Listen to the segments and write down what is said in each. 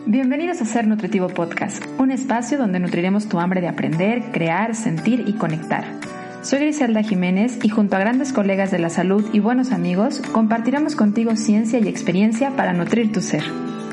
Bienvenidos a Ser Nutritivo Podcast, un espacio donde nutriremos tu hambre de aprender, crear, sentir y conectar. Soy Griselda Jiménez y junto a grandes colegas de la salud y buenos amigos, compartiremos contigo ciencia y experiencia para nutrir tu ser.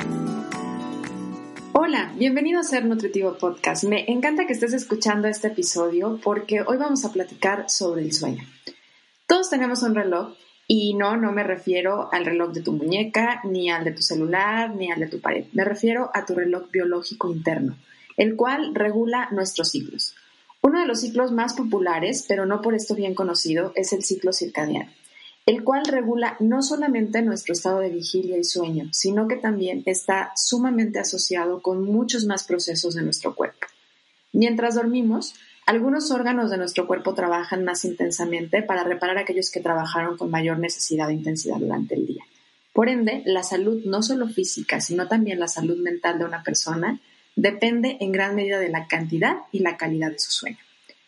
Hola, bienvenido a Ser Nutritivo Podcast. Me encanta que estés escuchando este episodio porque hoy vamos a platicar sobre el sueño. Todos tenemos un reloj. Y no me refiero al reloj de tu muñeca, ni al de tu celular, ni al de tu pared. Me refiero a tu reloj biológico interno, el cual regula nuestros ciclos. Uno de los ciclos más populares, pero no por esto bien conocido, es el ciclo circadiano, el cual regula no solamente nuestro estado de vigilia y sueño, sino que también está sumamente asociado con muchos más procesos de nuestro cuerpo. Mientras dormimos, algunos órganos de nuestro cuerpo trabajan más intensamente para reparar aquellos que trabajaron con mayor necesidad de intensidad durante el día. Por ende, la salud no solo física, sino también la salud mental de una persona depende en gran medida de la cantidad y la calidad de su sueño.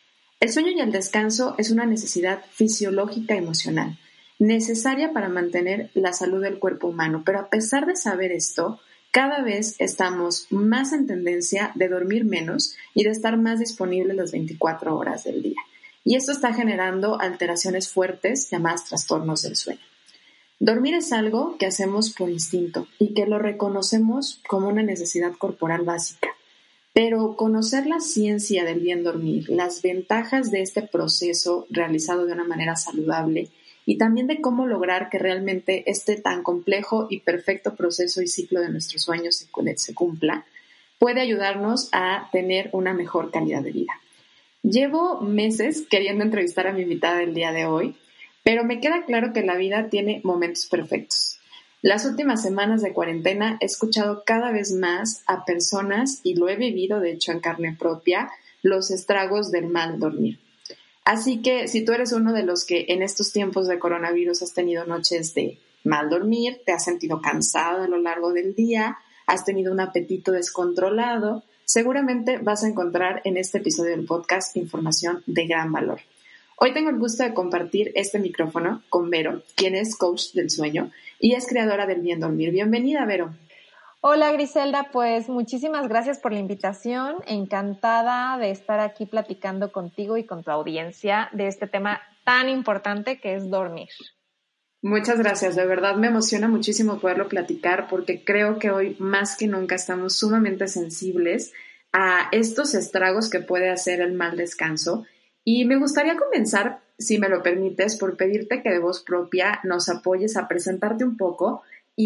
El sueño y el descanso es una necesidad fisiológica y emocional, necesaria para mantener la salud del cuerpo humano, pero a pesar de saber esto, cada vez estamos más en tendencia de dormir menos y de estar más disponibles las 24 horas del día. Y esto está generando alteraciones fuertes llamadas trastornos del sueño. Dormir es algo que hacemos por instinto y que lo reconocemos como una necesidad corporal básica. Pero conocer la ciencia del bien dormir, las ventajas de este proceso realizado de una manera saludable y también de cómo lograr que realmente este tan complejo y perfecto proceso y ciclo de nuestros sueños se cumpla, puede ayudarnos a tener una mejor calidad de vida. Llevo meses queriendo entrevistar a mi invitada del día de hoy, pero me queda claro que la vida tiene momentos perfectos. Las últimas semanas de cuarentena he escuchado cada vez más a personas, y lo he vivido de hecho en carne propia, los estragos del mal dormir. Así que si tú eres uno de los que en estos tiempos de coronavirus has tenido noches de mal dormir, te has sentido cansado a lo largo del día, has tenido un apetito descontrolado, seguramente vas a encontrar en este episodio del podcast información de gran valor. Hoy tengo el gusto de compartir este micrófono con Vero, quien es coach del sueño y es creadora del bien dormir. Bienvenida, Vero. Hola Griselda, pues muchísimas gracias por la invitación, encantada de estar aquí platicando contigo y con tu audiencia de este tema tan importante que es dormir. Muchas gracias, de verdad me emociona muchísimo poderlo platicar porque creo que hoy más que nunca estamos sumamente sensibles a estos estragos que puede hacer el mal descanso y me gustaría comenzar, si me lo permites, por pedirte que de voz propia nos apoyes a presentarte un poco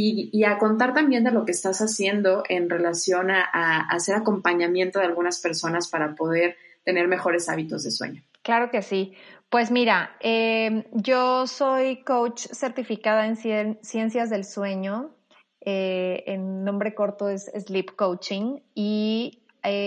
y a contar también de lo que estás haciendo en relación a hacer acompañamiento de algunas personas para poder tener mejores hábitos de sueño. Claro que sí. Pues mira, yo soy coach certificada en ciencias del sueño, en nombre corto es Sleep Coaching y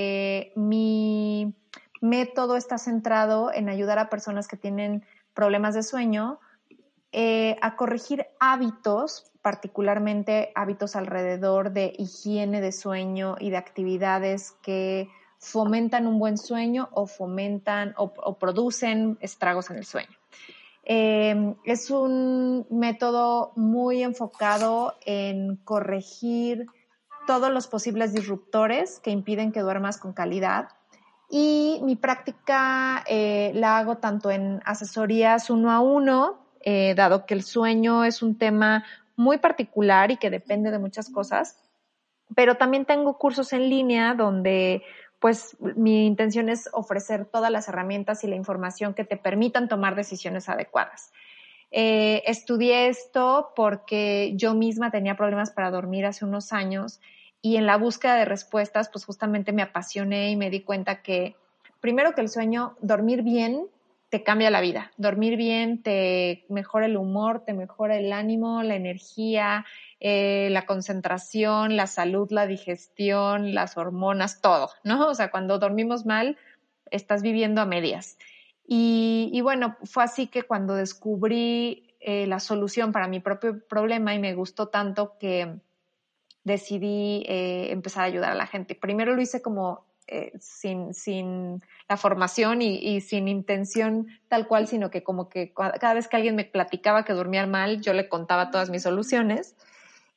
mi método está centrado en ayudar a personas que tienen problemas de sueño a corregir hábitos, particularmente hábitos alrededor de higiene de sueño y de actividades que fomentan un buen sueño o fomentan o producen estragos en el sueño. Es un método muy enfocado en corregir todos los posibles disruptores que impiden que duermas con calidad. Y mi práctica la hago tanto en asesorías 1-a-1, dado que el sueño es un tema muy particular y que depende de muchas cosas, pero también tengo cursos en línea donde pues mi intención es ofrecer todas las herramientas y la información que te permitan tomar decisiones adecuadas. Estudié esto porque yo misma tenía problemas para dormir hace unos años y en la búsqueda de respuestas pues justamente me apasioné y me di cuenta que primero que el sueño, dormir bien te cambia la vida. Dormir bien te mejora el humor, te mejora el ánimo, la energía, la concentración, la salud, la digestión, las hormonas, todo, ¿no? O sea, cuando dormimos mal, estás viviendo a medias. Y bueno, fue así que cuando descubrí la solución para mi propio problema y me gustó tanto que decidí empezar a ayudar a la gente. Primero lo hice como sin la formación y sin intención tal cual, sino que como que cada vez que alguien me platicaba que dormía mal, yo le contaba todas mis soluciones.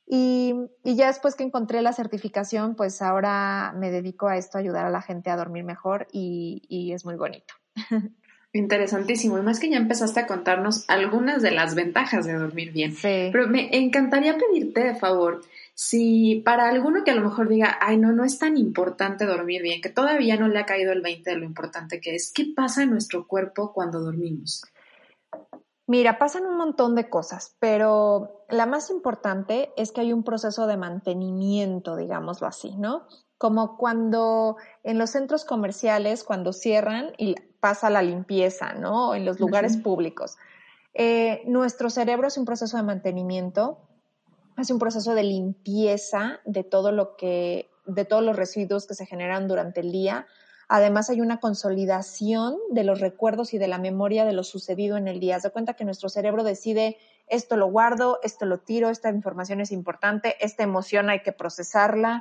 Y ya después que encontré la certificación, pues ahora me dedico a esto, a ayudar a la gente a dormir mejor y es muy bonito. Interesantísimo. Y más que ya empezaste a contarnos algunas de las ventajas de dormir bien. Sí. Pero me encantaría pedirte de favor, si para alguno que a lo mejor diga, ay, no, no es tan importante dormir bien, que todavía no le ha caído el 20 de lo importante que es, ¿qué pasa en nuestro cuerpo cuando dormimos? Mira, pasan un montón de cosas, pero la más importante es que hay un proceso de mantenimiento, digámoslo así, ¿no? Como cuando en los centros comerciales, cuando cierran y pasa la limpieza, ¿no? En los lugares Ujú. públicos. Nuestro cerebro es un proceso de mantenimiento, es un proceso de limpieza de de todos los residuos que se generan durante el día. Además, hay una consolidación de los recuerdos y de la memoria de lo sucedido en el día. Se da cuenta que nuestro cerebro decide, esto lo guardo, esto lo tiro, esta información es importante, esta emoción hay que procesarla,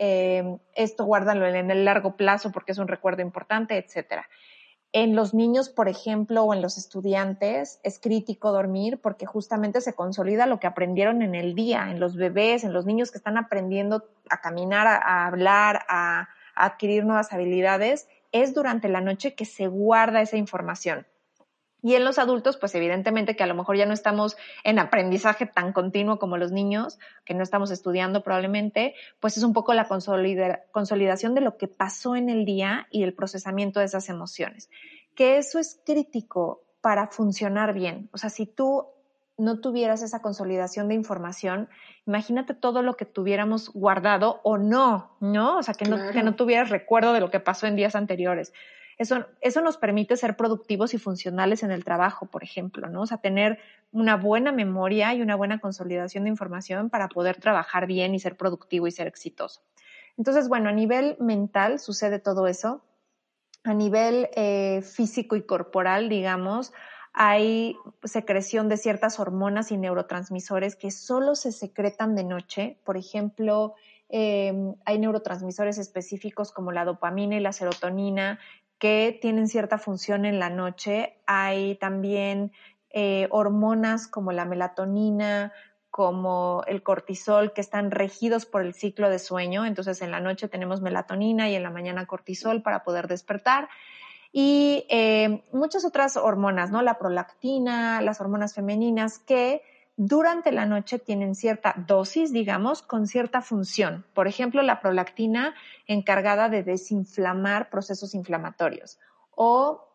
esto guárdalo en el largo plazo porque es un recuerdo importante, etcétera. En los niños, por ejemplo, o en los estudiantes, es crítico dormir porque justamente se consolida lo que aprendieron en el día, en los bebés, en los niños que están aprendiendo a caminar, a hablar, a adquirir nuevas habilidades, es durante la noche que se guarda esa información. Y en los adultos, pues evidentemente que a lo mejor ya no estamos en aprendizaje tan continuo como los niños, que no estamos estudiando probablemente, pues es un poco la consolidación de lo que pasó en el día y el procesamiento de esas emociones. Que eso es crítico para funcionar bien. O sea, si tú no tuvieras esa consolidación de información, imagínate todo lo que tuviéramos guardado o no, ¿no? O sea, que no Claro. tuvieras recuerdo de lo que pasó en días anteriores. Eso nos permite ser productivos y funcionales en el trabajo, por ejemplo, ¿no? O sea, tener una buena memoria y una buena consolidación de información para poder trabajar bien y ser productivo y ser exitoso. Entonces, bueno, a nivel mental sucede todo eso. A nivel físico y corporal, digamos, hay secreción de ciertas hormonas y neurotransmisores que solo se secretan de noche. Por ejemplo, hay neurotransmisores específicos como la dopamina y la serotonina que tienen cierta función en la noche. Hay también hormonas como la melatonina, como el cortisol, que están regidos por el ciclo de sueño. Entonces, en la noche tenemos melatonina y en la mañana cortisol para poder despertar. Y muchas otras hormonas, ¿no? La prolactina, las hormonas femeninas, que durante la noche tienen cierta dosis, digamos, con cierta función. Por ejemplo, la prolactina encargada de desinflamar procesos inflamatorios. O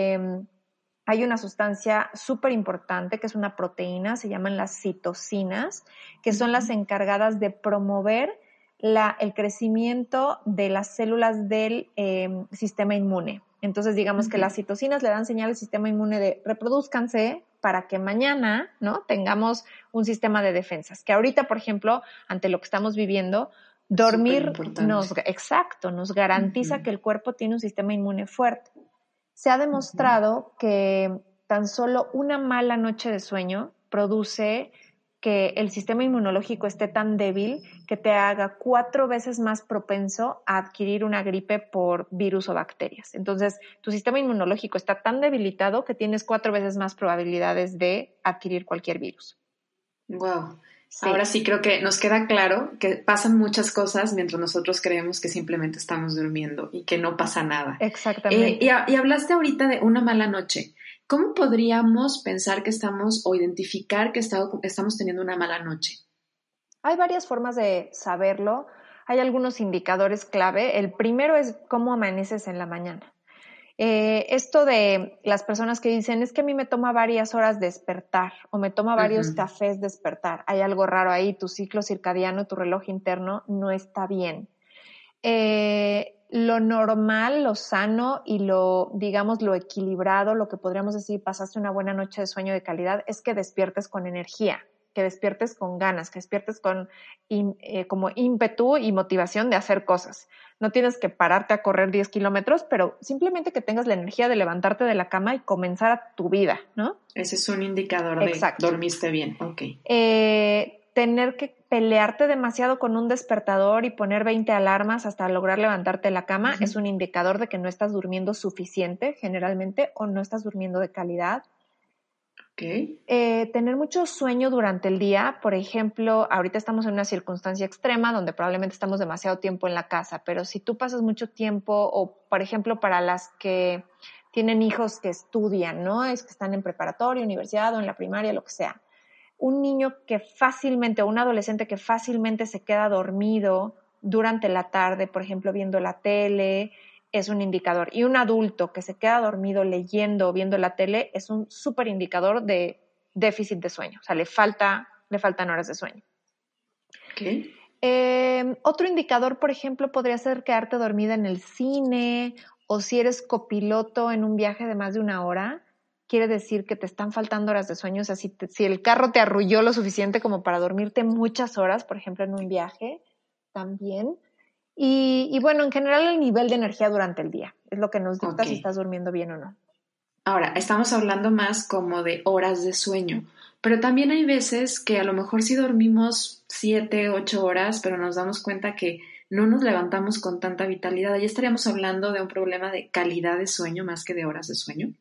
hay una sustancia súper importante que es una proteína, se llaman las citocinas, que son las encargadas de promover el crecimiento de las células del sistema inmune. Entonces, digamos que las citocinas le dan señal al sistema inmune de reproduzcanse para que mañana, ¿no?, tengamos un sistema de defensas. Que ahorita, por ejemplo, ante lo que estamos viviendo, Súper dormir importante. nos garantiza que el cuerpo tiene un sistema inmune fuerte. Se ha demostrado que tan solo una mala noche de sueño produce que el sistema inmunológico esté tan débil que te haga 4 veces más propenso a adquirir una gripe por virus o bacterias. Entonces, tu sistema inmunológico está tan debilitado que tienes 4 veces más probabilidades de adquirir cualquier virus. Wow. Ahora Sí, sí creo que nos queda claro que pasan muchas cosas mientras nosotros creemos que simplemente estamos durmiendo y que no pasa nada. exactamente. Y hablaste ahorita de una mala noche. ¿Cómo podríamos pensar que estamos o identificar que estamos teniendo una mala noche? Hay varias formas de saberlo. Hay algunos indicadores clave. El primero es cómo amaneces en la mañana. Esto de las personas que dicen, es que a mí me toma varias horas despertar o me toma varios Ujú. cafés despertar. Hay algo raro ahí, tu ciclo circadiano, tu reloj interno no está bien. Lo normal, lo sano y digamos, lo equilibrado, lo que podríamos decir, pasaste una buena noche de sueño de calidad, es que despiertes con energía, que despiertes con ganas, que despiertes con como ímpetu y motivación de hacer cosas. No tienes que pararte a correr 10 kilómetros, pero simplemente que tengas la energía de levantarte de la cama y comenzar tu vida, ¿no? Ese es un indicador de Exacto. dormiste bien. Ok. Tener que pelearte demasiado con un despertador y poner 20 alarmas hasta lograr levantarte de la cama es un indicador de que no estás durmiendo suficiente generalmente o no estás durmiendo de calidad. Ok. Tener mucho sueño durante el día, por ejemplo, ahorita estamos en una circunstancia extrema donde probablemente estamos demasiado tiempo en la casa, pero si tú pasas mucho tiempo, o por ejemplo para las que tienen hijos que estudian, ¿no? Es que están en preparatoria, universidad o en la primaria, lo que sea. Un niño que fácilmente, o un adolescente que fácilmente se queda dormido durante la tarde, por ejemplo, viendo la tele, es un indicador. Y un adulto que se queda dormido leyendo o viendo la tele es un súper indicador de déficit de sueño. O sea, le faltan horas de sueño. Ok. Otro indicador, por ejemplo, podría ser quedarte dormida en el cine, o si eres copiloto en un viaje de más de una hora, quiere decir que te están faltando horas de sueño. O sea, si el carro te arrulló lo suficiente como para dormirte muchas horas, por ejemplo, en un viaje, también. Y bueno, en general el nivel de energía durante el día es lo que nos dicta Ok. si estás durmiendo bien o no. Ahora, estamos hablando más como de horas de sueño, pero también hay veces que a lo mejor sí dormimos 7, 8 horas, pero nos damos cuenta que no nos levantamos con tanta vitalidad. Ahí estaríamos hablando de un problema de calidad de sueño más que de horas de sueño.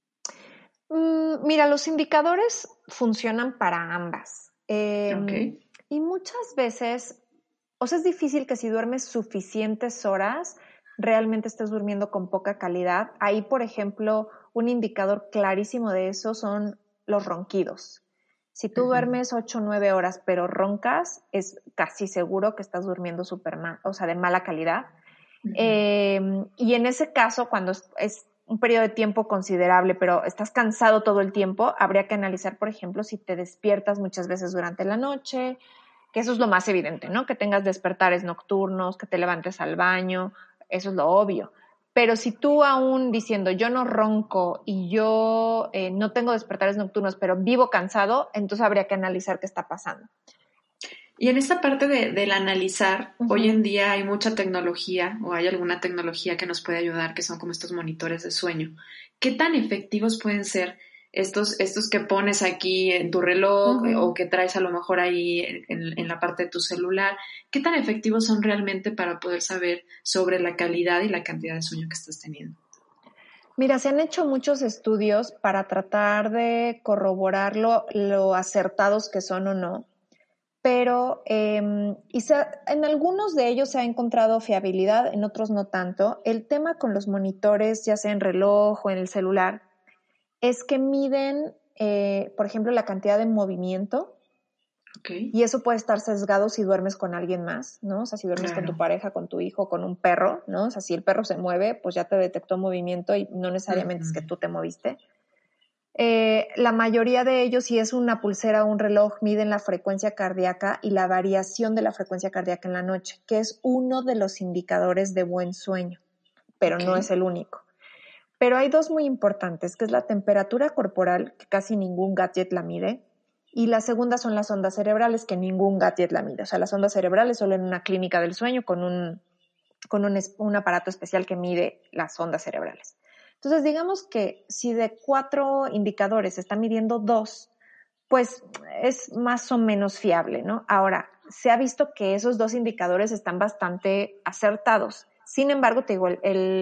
Mira, los indicadores funcionan para ambas. Ok. Y muchas veces, o sea, es difícil que si duermes suficientes horas, realmente estés durmiendo con poca calidad. Ahí, por ejemplo, un indicador clarísimo de eso son los ronquidos. Si tú Ujú. duermes 8 o 9 horas, pero roncas, es casi seguro que estás durmiendo súper mal, o sea, de mala calidad. Ujú. Y en ese caso, cuando es un periodo de tiempo considerable, pero estás cansado todo el tiempo, habría que analizar, por ejemplo, si te despiertas muchas veces durante la noche, que eso es lo más evidente, ¿no? Que tengas despertares nocturnos, que te levantes al baño, eso es lo obvio. Pero si tú aún diciendo yo no ronco y yo no tengo despertares nocturnos, pero vivo cansado, entonces habría que analizar qué está pasando. Y en esta parte del analizar, hoy Uh-huh. en día hay mucha tecnología o hay alguna tecnología que nos puede ayudar, que son como estos monitores de sueño. ¿Qué tan efectivos pueden ser estos que pones aquí en tu reloj o Uh-huh. que traes a lo mejor ahí en la parte de tu celular? ¿Qué tan efectivos son realmente para poder saber sobre la calidad y la cantidad de sueño que estás teniendo? Mira, se han hecho muchos estudios para tratar de corroborar lo acertados que son o no, pero en algunos de ellos se ha encontrado fiabilidad, en otros no tanto. El tema con los monitores, ya sea en reloj o en el celular, es que miden, por ejemplo, la cantidad de movimiento. Ok, Y eso puede estar sesgado si duermes con alguien más, ¿no? O sea, si duermes con tu claro. pareja, con tu hijo, con un perro, ¿no? O sea, si el perro se mueve, pues ya te detectó movimiento y no necesariamente es que Ujú. tú te moviste. La mayoría de ellos, si es una pulsera o un reloj, miden la frecuencia cardíaca y la variación de la frecuencia cardíaca en la noche, que es uno de los indicadores de buen sueño, pero Ok, no es el único. Pero hay dos muy importantes, que es la temperatura corporal, que casi ningún gadget la mide, y la segunda son las ondas cerebrales, que ningún gadget la mide. O sea, las ondas cerebrales solo en una clínica del sueño con un aparato especial que mide las ondas cerebrales. Entonces, digamos que si de 4 indicadores se está midiendo 2, pues es más o menos fiable, ¿no? Ahora, se ha visto que esos 2 indicadores están bastante acertados. Sin embargo, te digo,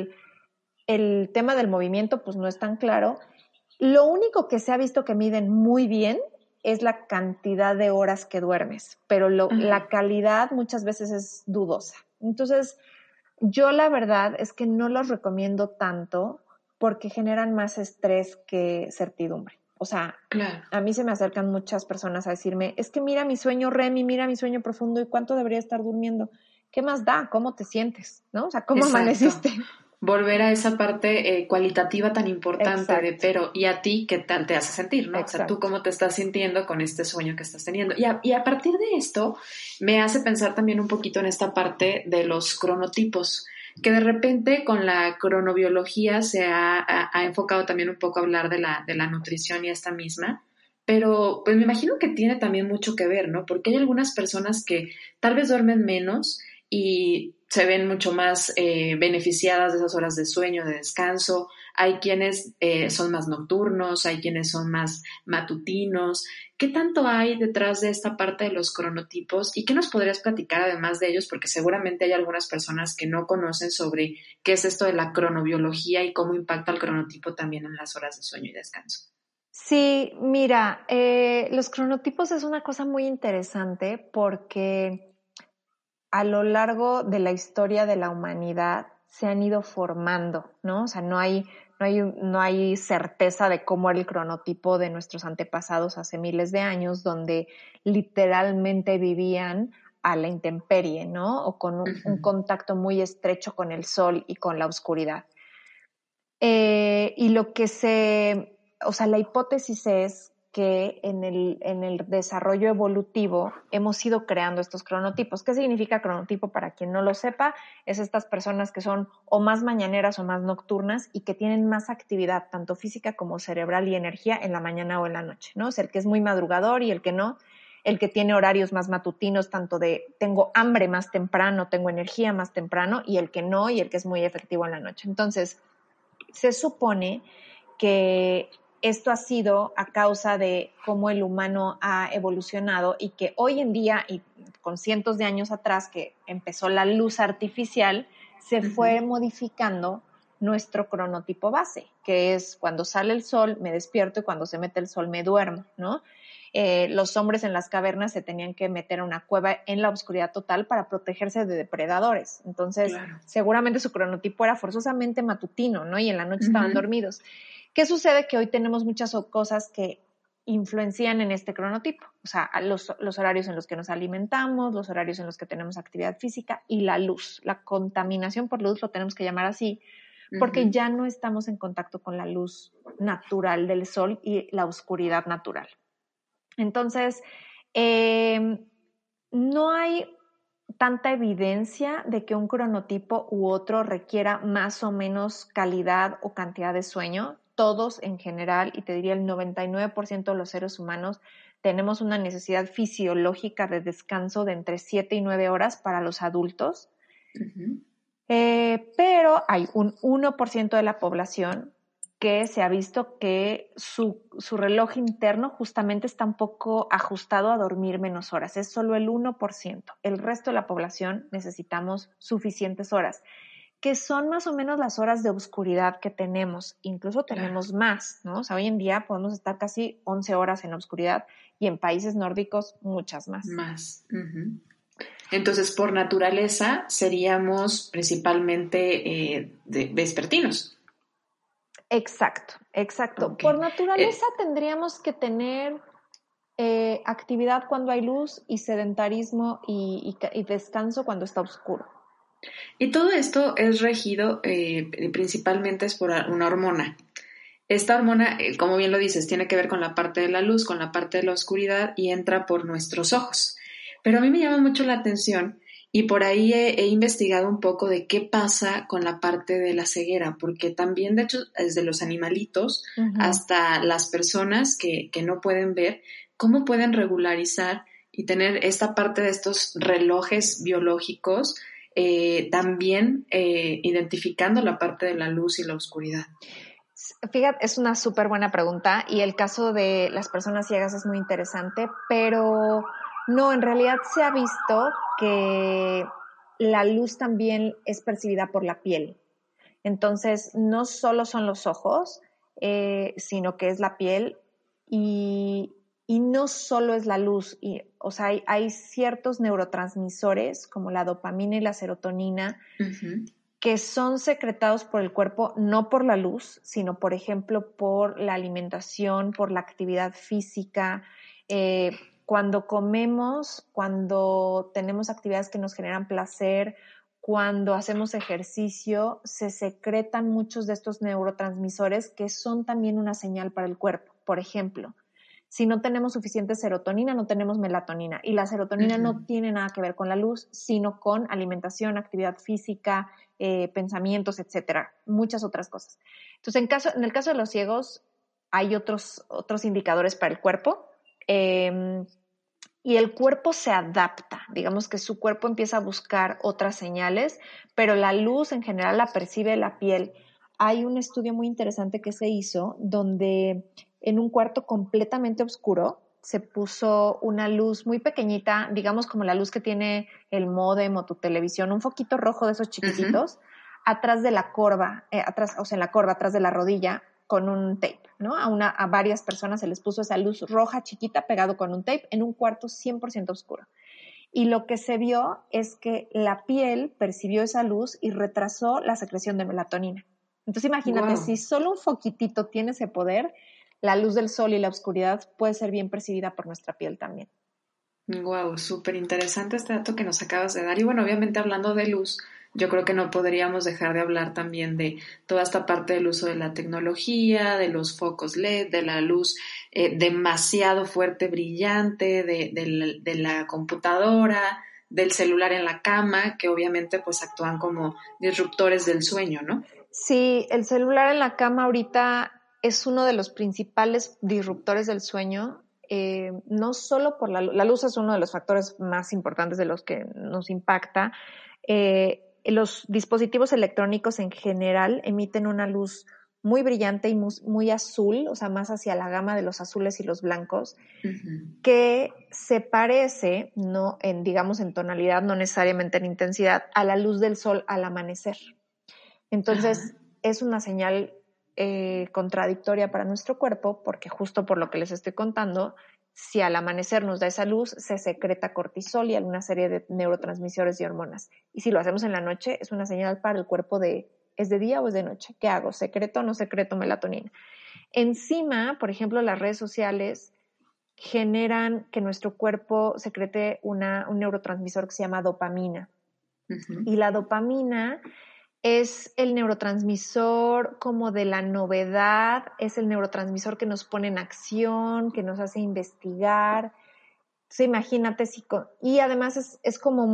el tema del movimiento pues no es tan claro. Lo único que se ha visto que miden muy bien es la cantidad de horas que duermes, pero ujú. la calidad muchas veces es dudosa. Entonces, yo la verdad es que no los recomiendo tanto porque generan más estrés que certidumbre. O sea, Claro. a mí se me acercan muchas personas a decirme, es que mira mi sueño REM y mira mi sueño profundo y cuánto debería estar durmiendo. ¿Qué más da? ¿Cómo te sientes? ¿No? O sea, ¿cómo Exacto. amaneciste? Volver a esa parte cualitativa tan importante de, Exacto, pero, ¿y a ti qué tal te hace sentir, no? O sea, tú exacto. cómo te estás sintiendo con este sueño que estás teniendo. Y a partir de esto, me hace pensar también un poquito en esta parte de los cronotipos, que de repente con la cronobiología se ha enfocado también un poco a hablar de la nutrición y esta misma. Pero pues me imagino que tiene también mucho que ver, ¿no? Porque hay algunas personas que tal vez duermen menos y se ven mucho más beneficiadas de esas horas de sueño, de descanso. Hay quienes son más nocturnos, hay quienes son más matutinos. ¿Qué tanto hay detrás de esta parte de los cronotipos? ¿Y qué nos podrías platicar además de ellos? Porque seguramente hay algunas personas que no conocen sobre qué es esto de la cronobiología y cómo impacta el cronotipo también en las horas de sueño y descanso. Sí, mira, los cronotipos es una cosa muy interesante porque a lo largo de la historia de la humanidad se han ido formando, ¿no? O sea, no hay certeza de cómo era el cronotipo de nuestros antepasados hace miles de años, donde literalmente vivían a la intemperie, ¿no? O con un contacto muy estrecho con el sol y con la oscuridad. Y o sea, la hipótesis es que en el desarrollo evolutivo hemos ido creando estos cronotipos. ¿Qué significa cronotipo? Para quien no lo sepa, es estas personas que son o más mañaneras o más nocturnas y que tienen más actividad, tanto física como cerebral y energía en la mañana o en la noche, ¿no? O sea, el que es muy madrugador y el que no, el que tiene horarios más matutinos, tanto de tengo hambre más temprano, tengo energía más temprano, y el que no, y el que es muy efectivo en la noche. Entonces, se supone que esto ha sido a causa de cómo el humano ha evolucionado y que hoy en día, y con cientos de años atrás que empezó la luz artificial, se fue modificando nuestro cronotipo base, que es cuando sale el sol me despierto y cuando se mete el sol me duermo, ¿no? Los hombres en las cavernas se tenían que meter a una cueva en la oscuridad total para protegerse de depredadores. Entonces, Claro. seguramente su cronotipo era forzosamente matutino, ¿no? Y en la noche estaban dormidos. ¿Qué sucede? Que hoy tenemos muchas cosas que influencian en este cronotipo. O sea, los horarios en los que nos alimentamos, los horarios en los que tenemos actividad física y la luz. La contaminación por luz lo tenemos que llamar así, porque ya no estamos en contacto con la luz natural del sol y la oscuridad natural. Entonces, no hay tanta evidencia de que un cronotipo u otro requiera más o menos calidad o cantidad de sueño. Todos en general, y te diría el 99% de los seres humanos, tenemos una necesidad fisiológica de descanso de entre 7 y 9 horas para los adultos. Pero hay un 1% de la población que se ha visto que su reloj interno justamente está un poco ajustado a dormir menos horas. Es solo el 1%. El resto de la población necesitamos suficientes horas, que son más o menos las horas de oscuridad que tenemos. Incluso tenemos más, ¿no? O sea, hoy en día podemos estar casi 11 horas en la oscuridad y en países nórdicos muchas más. Entonces, por naturaleza, seríamos principalmente vespertinos. Exacto. Okay. Por naturaleza tendríamos que tener actividad cuando hay luz y sedentarismo y descanso cuando está oscuro. Y todo esto es regido principalmente es por una hormona. Esta hormona, como bien lo dices, tiene que ver con la parte de la luz, con la parte de la oscuridad y entra por nuestros ojos. Pero a mí me llama mucho la atención y por ahí he investigado un poco de qué pasa con la parte de la ceguera, porque también, de hecho, desde los animalitos hasta las personas que no pueden ver, cómo pueden regularizar y tener esta parte de estos relojes biológicos también identificando la parte de la luz y la oscuridad. Fíjate, es una súper buena pregunta y el caso de las personas ciegas es muy interesante, pero no, en realidad se ha visto que la luz también es percibida por la piel. Entonces, no solo son los ojos, sino que es la piel y no solo es la luz. O sea, hay ciertos neurotransmisores como la dopamina y la serotonina que son secretados por el cuerpo, no por la luz, sino, por ejemplo, por la alimentación, por la actividad física. Cuando comemos, cuando tenemos actividades que nos generan placer, cuando hacemos ejercicio, se secretan muchos de estos neurotransmisores que son también una señal para el cuerpo. Por ejemplo, si no tenemos suficiente serotonina, no tenemos melatonina. Y la serotonina no tiene nada que ver con la luz, sino con alimentación, actividad física, pensamientos, etcétera, muchas otras cosas. Entonces, en el caso de los ciegos, hay otros indicadores para el cuerpo. Y el cuerpo se adapta, digamos que su cuerpo empieza a buscar otras señales, pero la luz en general la percibe la piel. Hay un estudio muy interesante que se hizo donde en un cuarto completamente oscuro se puso una luz muy pequeñita, digamos como la luz que tiene el módem o tu televisión, un foquito rojo de esos chiquititos, atrás de la corva, atrás de la rodilla, con un tape, ¿no? A varias personas se les puso esa luz roja chiquita pegado con un tape en un cuarto 100% oscuro. Y lo que se vio es que la piel percibió esa luz y retrasó la secreción de melatonina. Entonces imagínate, Wow. si solo un foquitito tiene ese poder, la luz del sol y la oscuridad puede ser bien percibida por nuestra piel también. Wow, súper interesante este dato que nos acabas de dar. Y bueno, obviamente hablando de luz, yo creo que no podríamos dejar de hablar también de toda esta parte del uso de la tecnología, de los focos LED, de la luz demasiado fuerte, brillante, de la computadora, del celular en la cama, que obviamente pues actúan como disruptores del sueño, ¿no? Sí, el celular en la cama ahorita es uno de los principales disruptores del sueño. No solo por la luz es uno de los factores más importantes de los que nos impacta. Los dispositivos electrónicos en general emiten una luz muy brillante y muy azul, o sea, más hacia la gama de los azules y los blancos, Uh-huh. que se parece, no digamos en tonalidad, no necesariamente en intensidad, a la luz del sol al amanecer. Ajá. Entonces, es una señal contradictoria para nuestro cuerpo, porque justo por lo que les estoy contando, si al amanecer nos da esa luz, se secreta cortisol y alguna serie de neurotransmisores y hormonas. Y si lo hacemos en la noche, es una señal para el cuerpo de, ¿es de día o es de noche? ¿Qué hago? ¿Secreto o no secreto melatonina? Encima, por ejemplo, las redes sociales generan que nuestro cuerpo secrete un neurotransmisor que se llama dopamina. Uh-huh. Y la dopamina es el neurotransmisor como de la novedad, es el neurotransmisor que nos pone en acción, que nos hace investigar. Entonces, imagínate y además es como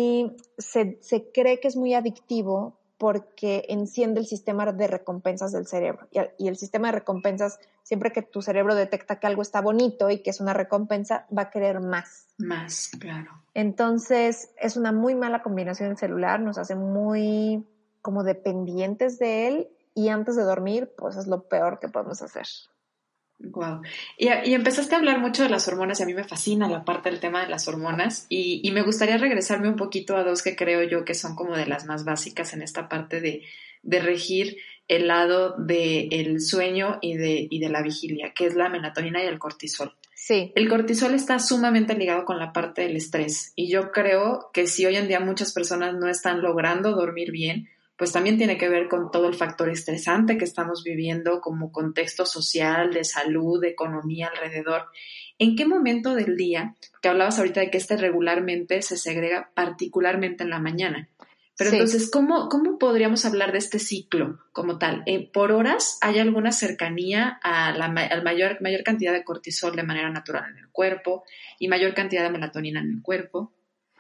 se cree que es muy adictivo porque enciende el sistema de recompensas del cerebro. Y el sistema de recompensas, siempre que tu cerebro detecta que algo está bonito y que es una recompensa, va a querer más. Más, claro. Entonces, es una muy mala combinación el celular, nos hace muy como dependientes de él y antes de dormir, pues es lo peor que podemos hacer. Wow. Y empezaste a hablar mucho de las hormonas y a mí me fascina la parte del tema de las hormonas y me gustaría regresarme un poquito a dos que creo yo que son como de las más básicas en esta parte de regir el lado del sueño y de la vigilia, que es la melatonina y el cortisol. Sí. El cortisol está sumamente ligado con la parte del estrés y yo creo que si hoy en día muchas personas no están logrando dormir bien, pues también tiene que ver con todo el factor estresante que estamos viviendo como contexto social, de salud, de economía alrededor. ¿En qué momento del día, que hablabas ahorita de que este regularmente se segrega particularmente en la mañana? Pero Sí. entonces, ¿cómo podríamos hablar de este ciclo como tal? ¿Por horas hay alguna cercanía a la mayor cantidad de cortisol de manera natural en el cuerpo y mayor cantidad de melatonina en el cuerpo?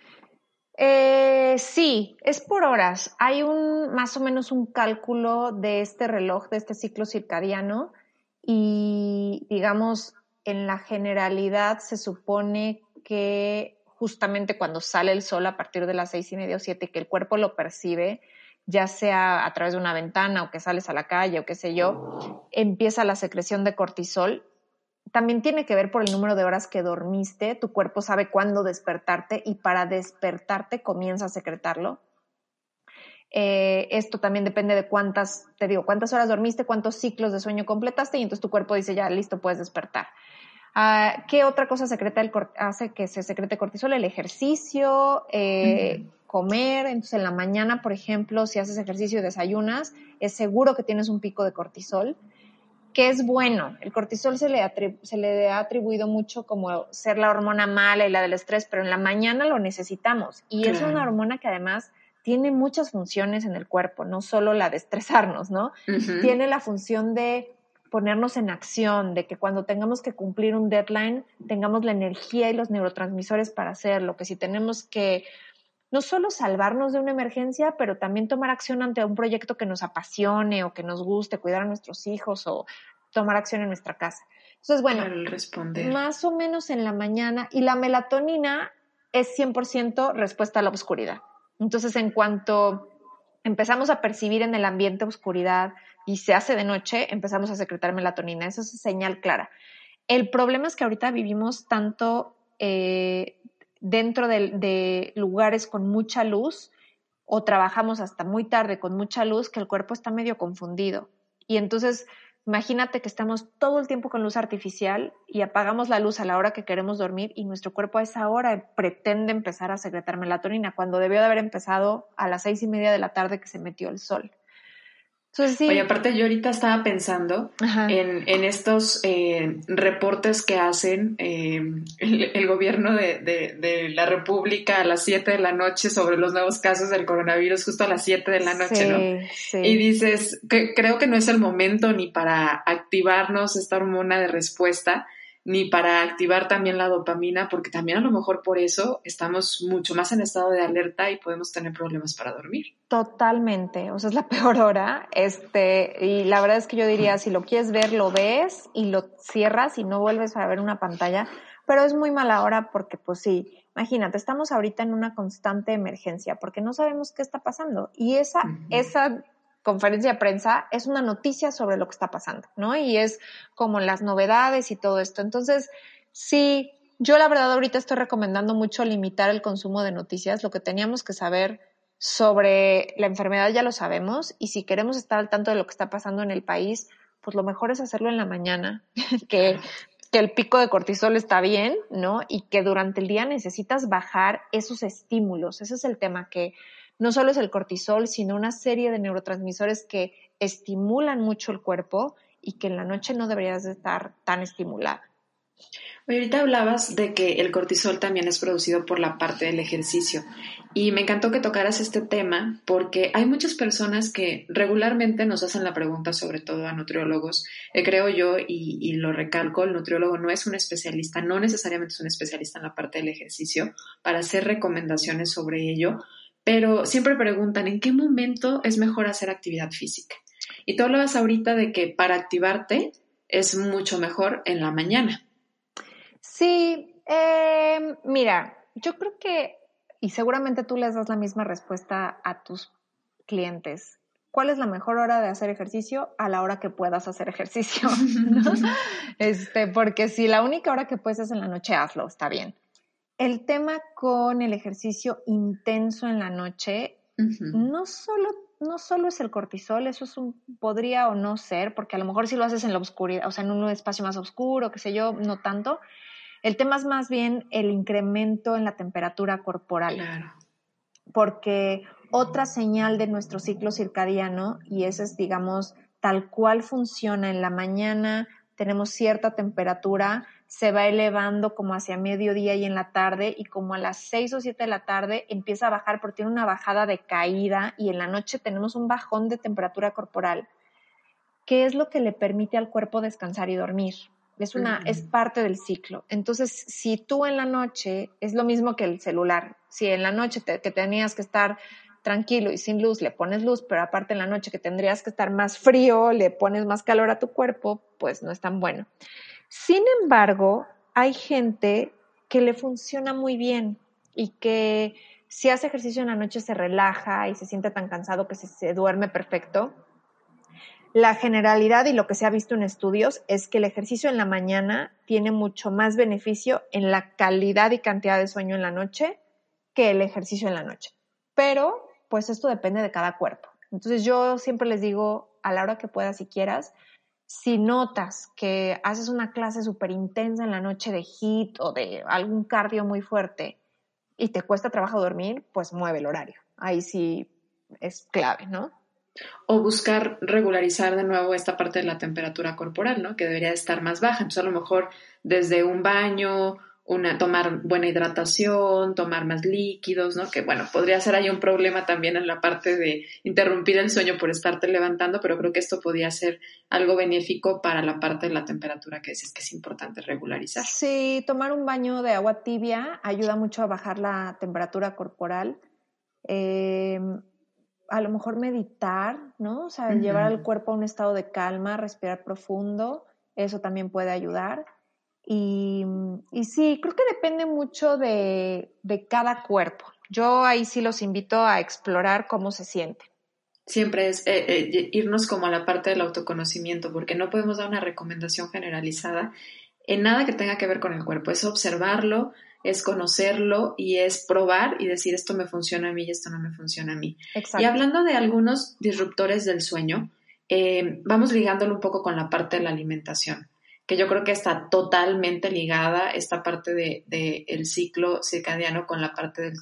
Sí, es por horas. Hay más o menos un cálculo de este reloj, de este ciclo circadiano y digamos, en la generalidad se supone que justamente cuando sale el sol a partir de las 6:30 o 7, que el cuerpo lo percibe, ya sea a través de una ventana o que sales a la calle o qué sé yo, empieza la secreción de cortisol. También tiene que ver por el número de horas que dormiste, tu cuerpo sabe cuándo despertarte y para despertarte comienza a secretarlo. Esto también depende de cuántas horas dormiste, cuántos ciclos de sueño completaste y entonces tu cuerpo dice ya, listo, puedes despertar. ¿Qué otra cosa hace que se secrete cortisol? El ejercicio, Uh-huh. comer. Entonces en la mañana, por ejemplo, si haces ejercicio y desayunas, es seguro que tienes un pico de cortisol, que es bueno. El cortisol se le ha atribuido mucho como ser la hormona mala y la del estrés, pero en la mañana lo necesitamos. Y es una Claro. hormona que además tiene muchas funciones en el cuerpo, no solo la de estresarnos, ¿no? Uh-huh. Tiene la función de ponernos en acción, de que cuando tengamos que cumplir un deadline, tengamos la energía y los neurotransmisores para hacerlo, que si tenemos que no solo salvarnos de una emergencia, pero también tomar acción ante un proyecto que nos apasione o que nos guste, cuidar a nuestros hijos o tomar acción en nuestra casa. Entonces, bueno, Claro, el responder. más o menos en la mañana, y la melatonina es 100% respuesta a la oscuridad. Entonces, en cuanto empezamos a percibir en el ambiente oscuridad y se hace de noche, empezamos a secretar melatonina. Eso es señal clara. El problema es que ahorita vivimos tanto dentro de lugares con mucha luz o trabajamos hasta muy tarde con mucha luz que el cuerpo está medio confundido. Y entonces imagínate que estamos todo el tiempo con luz artificial y apagamos la luz a la hora que queremos dormir y nuestro cuerpo a esa hora pretende empezar a secretar melatonina cuando debió de haber empezado a las 6:30 de la tarde que se metió el sol. Entonces, sí. Oye, aparte yo ahorita estaba pensando en estos reportes que hacen el gobierno de la República a las 7 de la noche sobre los nuevos casos del coronavirus, justo a las 7 de la noche, ¿no? Sí. Y dices, que creo que no es el momento ni para activarnos esta hormona de respuesta, ni para activar también la dopamina, porque también a lo mejor por eso estamos mucho más en estado de alerta y podemos tener problemas para dormir. Totalmente, o sea, es la peor hora, y la verdad es que yo diría, si lo quieres ver, lo ves y lo cierras y no vuelves a ver una pantalla, pero es muy mala hora porque, pues sí, imagínate, estamos ahorita en una constante emergencia porque no sabemos qué está pasando y esa conferencia de prensa es una noticia sobre lo que está pasando, ¿no? Y es como las novedades y todo esto. Entonces, sí, yo la verdad ahorita estoy recomendando mucho limitar el consumo de noticias. Lo que teníamos que saber sobre la enfermedad ya lo sabemos y si queremos estar al tanto de lo que está pasando en el país, pues lo mejor es hacerlo en la mañana, que el pico de cortisol está bien, ¿no? Y que durante el día necesitas bajar esos estímulos. Ese es el tema, que no solo es el cortisol, sino una serie de neurotransmisores que estimulan mucho el cuerpo y que en la noche no deberías de estar tan estimulada. Ahorita hablabas de que el cortisol también es producido por la parte del ejercicio y me encantó que tocaras este tema porque hay muchas personas que regularmente nos hacen la pregunta, sobre todo a nutriólogos, creo yo, y lo recalco, el nutriólogo no es un especialista, no necesariamente es un especialista en la parte del ejercicio para hacer recomendaciones sobre ello, pero siempre preguntan ¿en qué momento es mejor hacer actividad física? Y tú hablabas ahorita de que para activarte es mucho mejor en la mañana. Sí, mira, yo creo que, y seguramente tú les das la misma respuesta a tus clientes. ¿Cuál es la mejor hora de hacer ejercicio? A la hora que puedas hacer ejercicio, ¿no? Porque si la única hora que puedes es en la noche, hazlo, está bien. El tema con el ejercicio intenso en la noche, no solo es el cortisol, eso podría o no ser, porque a lo mejor si lo haces en la oscuridad, o sea, en un espacio más oscuro, qué sé yo, no tanto. El tema es más bien el incremento en la temperatura corporal. Claro. Porque otra señal de nuestro ciclo circadiano, y ese es, digamos, tal cual funciona en la mañana, tenemos cierta temperatura, se va elevando como hacia mediodía y en la tarde, y como a las 6 o 7 de la tarde empieza a bajar porque tiene una bajada de caída, y en la noche tenemos un bajón de temperatura corporal, que es lo que le permite al cuerpo descansar y dormir. Es parte del ciclo. Entonces, si tú en la noche, es lo mismo que el celular, si en la noche que tenías que estar tranquilo y sin luz, le pones luz, pero aparte en la noche que tendrías que estar más frío, le pones más calor a tu cuerpo, pues no es tan bueno. Sin embargo, hay gente que le funciona muy bien y que si hace ejercicio en la noche se relaja y se siente tan cansado que se duerme perfecto. La generalidad y lo que se ha visto en estudios es que el ejercicio en la mañana tiene mucho más beneficio en la calidad y cantidad de sueño en la noche que el ejercicio en la noche. Pero, pues esto depende de cada cuerpo. Entonces yo siempre les digo, a la hora que puedas y quieras, si notas que haces una clase súper intensa en la noche de HIIT o de algún cardio muy fuerte y te cuesta trabajo dormir, pues mueve el horario. Ahí sí es clave, ¿no? O buscar regularizar de nuevo esta parte de la temperatura corporal, ¿no? Que debería estar más baja. Entonces, a lo mejor desde un baño, tomar buena hidratación, tomar más líquidos, ¿no? Que, bueno, podría ser ahí un problema también en la parte de interrumpir el sueño por estarte levantando, pero creo que esto podría ser algo benéfico para la parte de la temperatura que dices que es importante regularizar. Sí, tomar un baño de agua tibia ayuda mucho a bajar la temperatura corporal. A lo mejor meditar, ¿no? O sea, llevar al cuerpo a un estado de calma, respirar profundo, eso también puede ayudar. Y sí, creo que depende mucho de cada cuerpo. Yo ahí sí los invito a explorar cómo se siente. Siempre es irnos como a la parte del autoconocimiento, porque no podemos dar una recomendación generalizada en nada que tenga que ver con el cuerpo. Es observarlo, es conocerlo y es probar y decir esto me funciona a mí y esto no me funciona a mí. Exacto. Y hablando de algunos disruptores del sueño, vamos ligándolo un poco con la parte de la alimentación, que yo creo que está totalmente ligada esta parte de el ciclo circadiano con la parte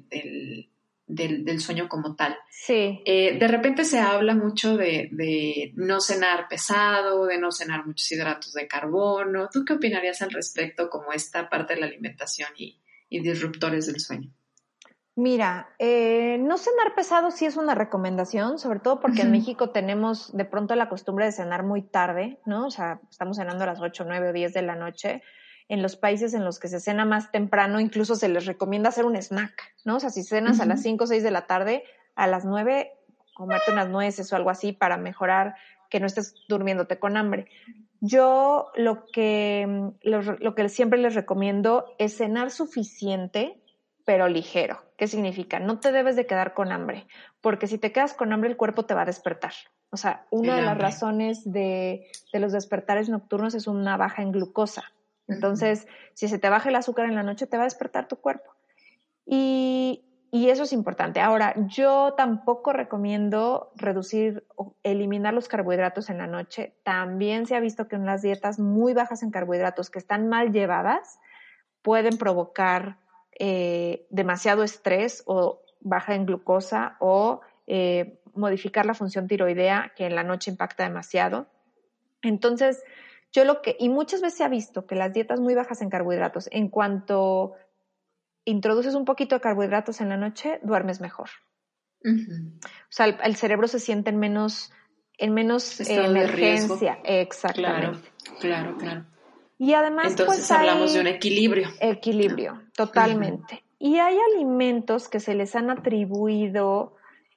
del sueño como tal. Sí. De repente se habla mucho de no cenar pesado, de no cenar muchos hidratos de carbono. ¿Tú qué opinarías al respecto como esta parte de la alimentación y disruptores del sueño? Mira, no cenar pesado sí es una recomendación, sobre todo porque en México tenemos de pronto la costumbre de cenar muy tarde, ¿no? O sea, estamos cenando a las 8, 9 o 10 de la noche. En los países en los que se cena más temprano, incluso se les recomienda hacer un snack, ¿no? O sea, si cenas a las 5 o 6 de la tarde, a las 9 comerte unas nueces o algo así para mejorar que no estés durmiéndote con hambre. Yo lo que siempre les recomiendo es cenar suficiente, pero ligero. ¿Qué significa? No te debes de quedar con hambre, porque si te quedas con hambre el cuerpo te va a despertar. O sea, una de las razones de los despertares nocturnos es una baja en glucosa. Entonces, si se te baja el azúcar en la noche, te va a despertar tu cuerpo. Y eso es importante. Ahora, yo tampoco recomiendo reducir o eliminar los carbohidratos en la noche. También se ha visto que en las dietas muy bajas en carbohidratos que están mal llevadas pueden provocar demasiado estrés o baja en glucosa o modificar la función tiroidea que en la noche impacta demasiado. Entonces, y muchas veces se ha visto que las dietas muy bajas en carbohidratos, en cuanto introduces un poquito de carbohidratos en la noche, duermes mejor. O sea, el cerebro se siente en menos emergencia. Exactamente. Claro. Y además, entonces pues hablamos de un equilibrio. Equilibrio, totalmente. Y hay alimentos que se les han atribuido,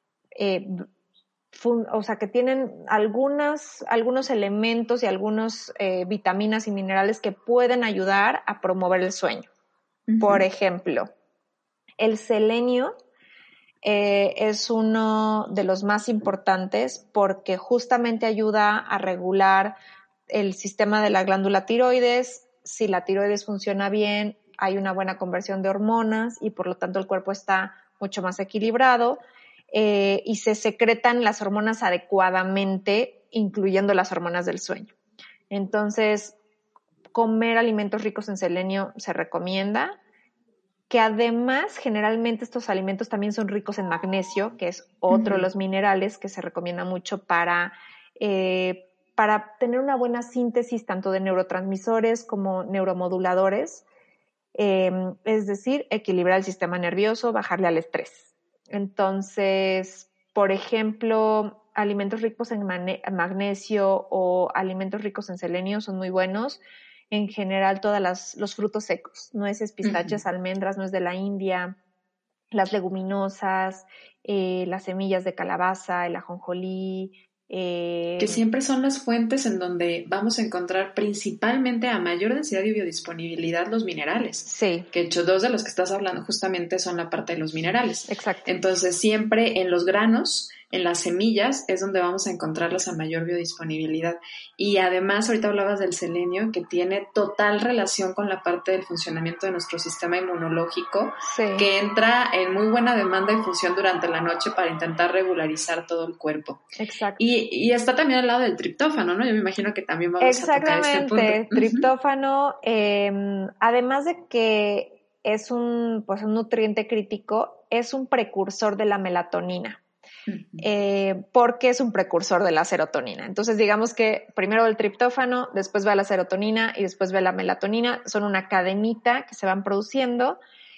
o sea, que tienen algunos elementos y algunas vitaminas y minerales que pueden ayudar a promover el sueño. Por ejemplo, el selenio es uno de los más importantes porque justamente ayuda a regular el sistema de la glándula tiroides. Si la tiroides funciona bien, hay una buena conversión de hormonas y por lo tanto el cuerpo está mucho más equilibrado y se secretan las hormonas adecuadamente, incluyendo las hormonas del sueño. Entonces, comer alimentos ricos en selenio se recomienda, que además generalmente estos alimentos también son ricos en magnesio, que es otro de los minerales que se recomienda mucho para tener una buena síntesis tanto de neurotransmisores como neuromoduladores, es decir, equilibrar el sistema nervioso, bajarle al estrés. Entonces, por ejemplo, alimentos ricos en magnesio o alimentos ricos en selenio son muy buenos. En general, todos los frutos secos, nueces, pistaches, almendras, nuez de la India, las leguminosas, las semillas de calabaza, el ajonjolí. Que siempre son las fuentes en donde vamos a encontrar principalmente a mayor densidad y biodisponibilidad los minerales. Sí. Que de hecho, dos de los que estás hablando justamente son la parte de los minerales. Exacto. Entonces, siempre en los granos, en las semillas, es donde vamos a encontrarlas a mayor biodisponibilidad. Y además, ahorita hablabas del selenio, que tiene total relación con la parte del funcionamiento de nuestro sistema inmunológico, que entra en muy buena demanda y función durante la noche para intentar regularizar todo el cuerpo. Exacto. Y está también al lado del triptófano, ¿no? Yo me imagino que también vamos a tocar este punto. Exactamente, triptófano, además de que es un nutriente crítico, es un precursor de la melatonina. Porque es un precursor de la serotonina. Entonces, digamos que primero el triptófano, después va la serotonina y después va la melatonina. Son una cadenita que se van produciendo.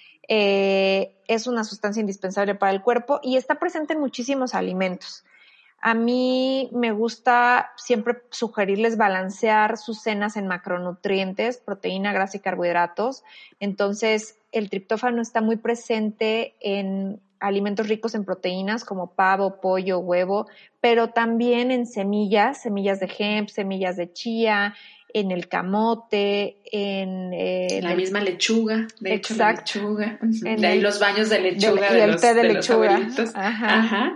Es una sustancia indispensable para el cuerpo y está presente en muchísimos alimentos. A mí me gusta siempre sugerirles balancear sus cenas en macronutrientes, proteína, grasa y carbohidratos. Entonces, el triptófano está muy presente en alimentos ricos en proteínas como pavo, pollo, huevo, pero también en semillas de hemp, semillas de chía, en el camote, en la misma lechuga, de hecho la lechuga, de ahí los baños de lechuga y el té de lechuga. Ajá.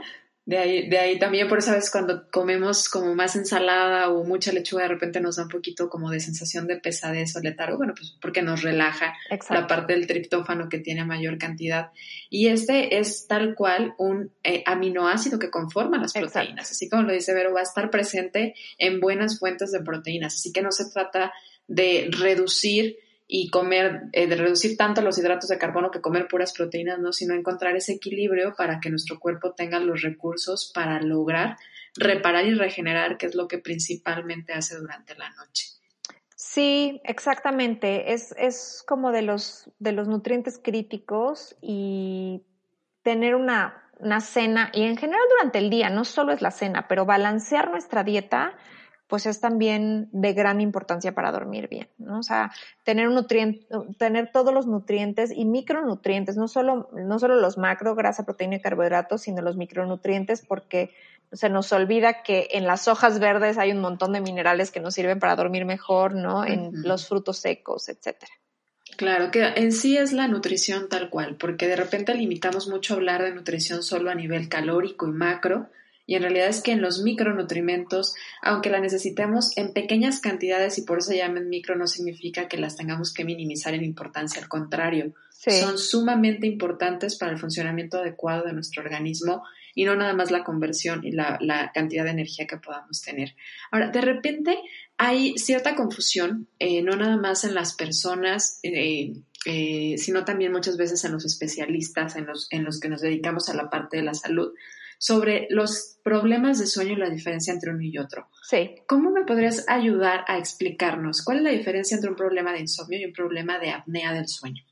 De ahí también, por eso a veces cuando comemos como más ensalada o mucha lechuga, de repente nos da un poquito como de sensación de pesadez o letargo, bueno, pues porque nos relaja la Exacto. parte del triptófano que tiene mayor cantidad. Y este es tal cual un aminoácido que conforma las Exacto. proteínas. Así como lo dice Vero, va a estar presente en buenas fuentes de proteínas. Así que no se trata de reducir y comer, de reducir tanto los hidratos de carbono que comer puras proteínas, ¿no? Sino encontrar ese equilibrio para que nuestro cuerpo tenga los recursos para lograr reparar y regenerar, que es lo que principalmente hace durante la noche. Sí, exactamente. Es como de los nutrientes críticos y tener una cena, y en general durante el día, no solo es la cena, pero balancear nuestra dieta, pues es también de gran importancia para dormir bien, ¿no? O sea, tener todos los nutrientes y micronutrientes, no solo los macro, grasa, proteína y carbohidratos, sino los micronutrientes, porque se nos olvida que en las hojas verdes hay un montón de minerales que nos sirven para dormir mejor, ¿no? En Uh-huh. los frutos secos, etcétera. Claro, que en sí es la nutrición tal cual, porque de repente limitamos mucho hablar de nutrición solo a nivel calórico y macro, y en realidad es que en los micronutrimentos, aunque la necesitemos en pequeñas cantidades y por eso se llaman micro, no significa que las tengamos que minimizar en importancia, al contrario, Sí. son sumamente importantes para el funcionamiento adecuado de nuestro organismo y no nada más la conversión y la cantidad de energía que podamos tener. Ahora, de repente hay cierta confusión, no nada más en las personas, sino también muchas veces en los especialistas, en los que nos dedicamos a la parte de la salud, sobre los problemas de sueño y la diferencia entre uno y otro. Sí. ¿Cómo me podrías ayudar a explicarnos cuál es la diferencia entre un problema de insomnio y un problema de apnea del sueño?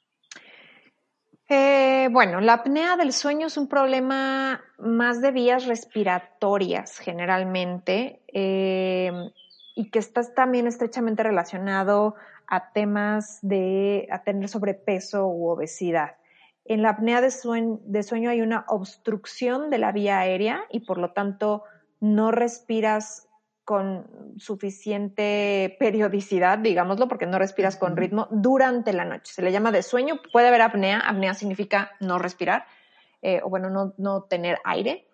Bueno, la apnea del sueño es un problema más de vías respiratorias generalmente y que está también estrechamente relacionado a temas a tener sobrepeso u obesidad. En la apnea de sueño hay una obstrucción de la vía aérea y por lo tanto no respiras con suficiente periodicidad, digámoslo, porque no respiras con ritmo durante la noche. Se le llama de sueño, puede haber apnea, apnea significa no respirar, o bueno, no tener aire.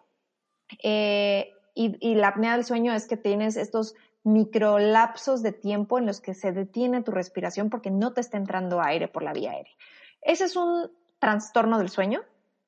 Y la apnea del sueño es que tienes estos microlapsos de tiempo en los que se detiene tu respiración porque no te está entrando aire por la vía aérea. Ese es un trastorno del sueño,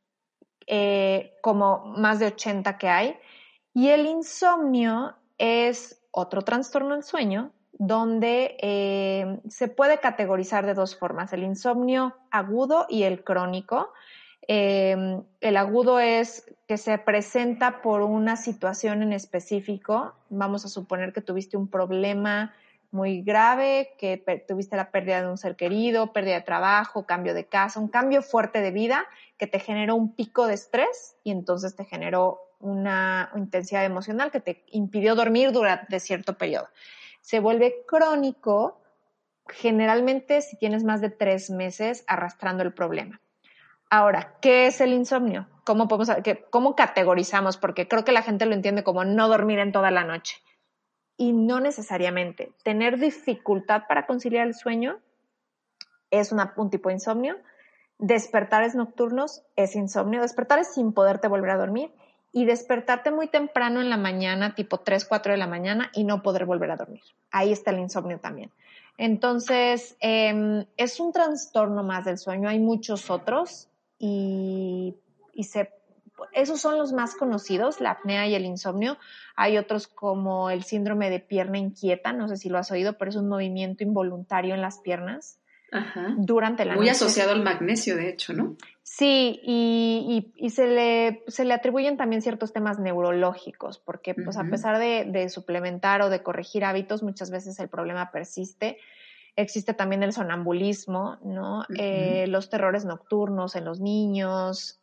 como más de 80 que hay. Y el insomnio es otro trastorno del sueño donde se puede categorizar de dos formas, el insomnio agudo y el crónico. El agudo es que se presenta por una situación en específico. Vamos a suponer que tuviste un problema muy grave, que tuviste la pérdida de un ser querido, pérdida de trabajo, cambio de casa, un cambio fuerte de vida que te generó un pico de estrés y entonces te generó una intensidad emocional que te impidió dormir durante cierto periodo. Se vuelve crónico generalmente si tienes más de 3 meses arrastrando el problema. Ahora, ¿qué es el insomnio? ¿Cómo categorizamos? Porque creo que la gente lo entiende como no dormir en toda la noche. Y no necesariamente. Tener dificultad para conciliar el sueño es un tipo de insomnio. Despertares nocturnos es insomnio. Despertares sin poderte volver a dormir. Y despertarte muy temprano en la mañana, tipo 3, 4 de la mañana, y no poder volver a dormir. Ahí está el insomnio también. Entonces, es un trastorno más del sueño. Hay muchos otros y esos son los más conocidos, la apnea y el insomnio. Hay otros como el síndrome de pierna inquieta, no sé si lo has oído, pero es un movimiento involuntario en las piernas. Ajá. Durante la Muy noche. asociado al magnesio, de hecho, ¿no? Sí, y se le atribuyen también ciertos temas neurológicos, porque pues a pesar de suplementar o de corregir hábitos, muchas veces el problema persiste. Existe también el sonambulismo, ¿no? Los terrores nocturnos en los niños,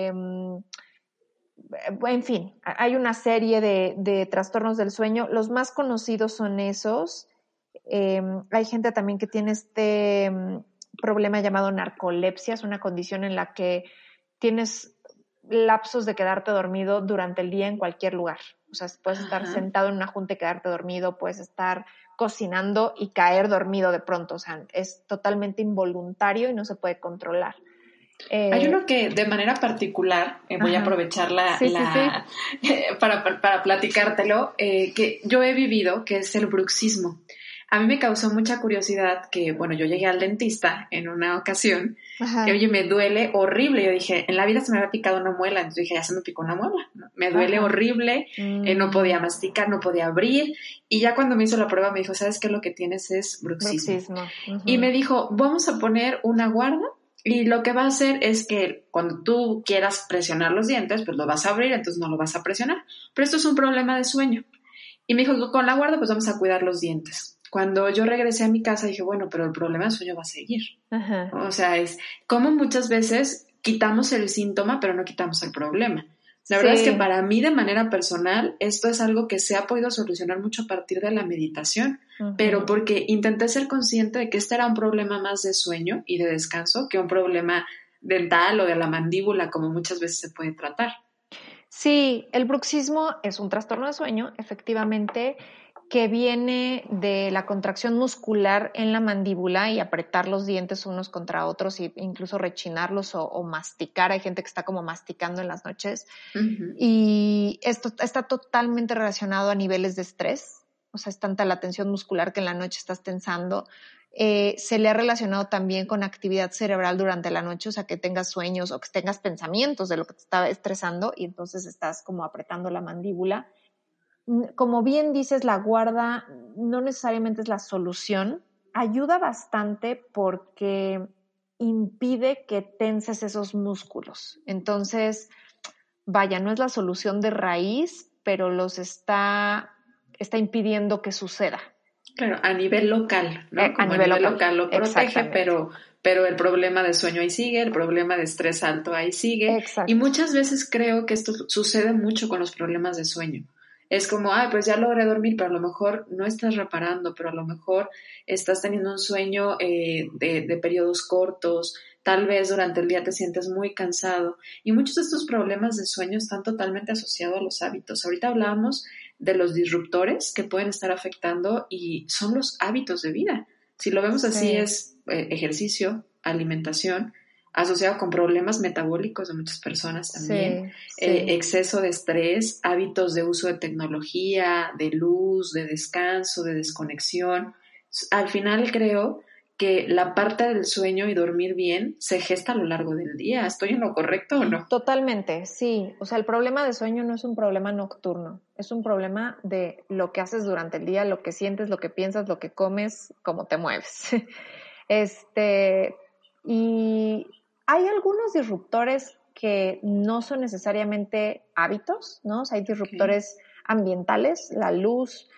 en fin, hay una serie de trastornos del sueño. Los más conocidos son esos. Hay gente también que tiene este problema llamado narcolepsia, es una condición en la que tienes lapsos de quedarte dormido durante el día en cualquier lugar. O sea, puedes estar sentado en una junta y quedarte dormido, puedes estar cocinando y caer dormido de pronto. O sea, es totalmente involuntario y no se puede controlar. Hay uno que de manera particular, voy a aprovechar para platicártelo, que yo he vivido, que es el bruxismo. A mí me causó mucha curiosidad que, bueno, yo llegué al dentista en una ocasión, Ajá. y oye, me duele horrible. Yo dije, en la vida se me había picado una muela, entonces dije, ya se me picó una muela, ¿no? Me duele horrible, no podía masticar, no podía abrir, y ya cuando me hizo la prueba me dijo, ¿sabes qué? Lo que tienes es bruxismo. Y me dijo, vamos a poner una guarda, y lo que va a hacer es que cuando tú quieras presionar los dientes, pues lo vas a abrir, entonces no lo vas a presionar. Pero esto es un problema de sueño. Y me dijo, con la guarda pues vamos a cuidar los dientes. Cuando yo regresé a mi casa dije, bueno, pero el problema de sueño va a seguir. Ajá. O sea, es como muchas veces quitamos el síntoma, pero no quitamos el problema. La verdad es que para mí, de manera personal, esto es algo que se ha podido solucionar mucho a partir de la meditación, pero porque intenté ser consciente de que este era un problema más de sueño y de descanso que un problema dental o de la mandíbula, como muchas veces se puede tratar. Sí, el bruxismo es un trastorno de sueño, efectivamente, que viene de la contracción muscular en la mandíbula y apretar los dientes unos contra otros e incluso rechinarlos o masticar. Hay gente que está como masticando en las noches. Y esto está totalmente relacionado a niveles de estrés. O sea, es tanta la tensión muscular que en la noche estás tensando. Se le ha relacionado también con actividad cerebral durante la noche, o sea, que tengas sueños o que tengas pensamientos de lo que te estaba estresando y entonces estás como apretando la mandíbula. Como bien dices, la guarda no necesariamente es la solución. Ayuda bastante porque impide que tenses esos músculos. Entonces, vaya, no es la solución de raíz, pero los está impidiendo que suceda. Claro, a nivel local, ¿no? Como a nivel local lo protege, pero el problema de sueño ahí sigue, el problema de estrés alto ahí sigue. Exacto. Y muchas veces creo que esto sucede mucho con los problemas de sueño. Es como, pues ya logré dormir, pero a lo mejor no estás reparando, pero a lo mejor estás teniendo un sueño de periodos cortos, tal vez durante el día te sientes muy cansado. Y muchos de estos problemas de sueño están totalmente asociados a los hábitos. Ahorita hablábamos de los disruptores que pueden estar afectando y son los hábitos de vida. Si lo vemos así, es ejercicio, alimentación, asociado con problemas metabólicos de muchas personas también, exceso de estrés, hábitos de uso de tecnología, de luz, de descanso, de desconexión. Al final creo que la parte del sueño y dormir bien se gesta a lo largo del día. ¿Estoy en lo correcto o no? Totalmente, sí. O sea, el problema de sueño no es un problema nocturno, es un problema de lo que haces durante el día, lo que sientes, lo que piensas, lo que comes, cómo te mueves. Y hay algunos disruptores que no son necesariamente hábitos, ¿no? O sea, hay disruptores ambientales, la luz,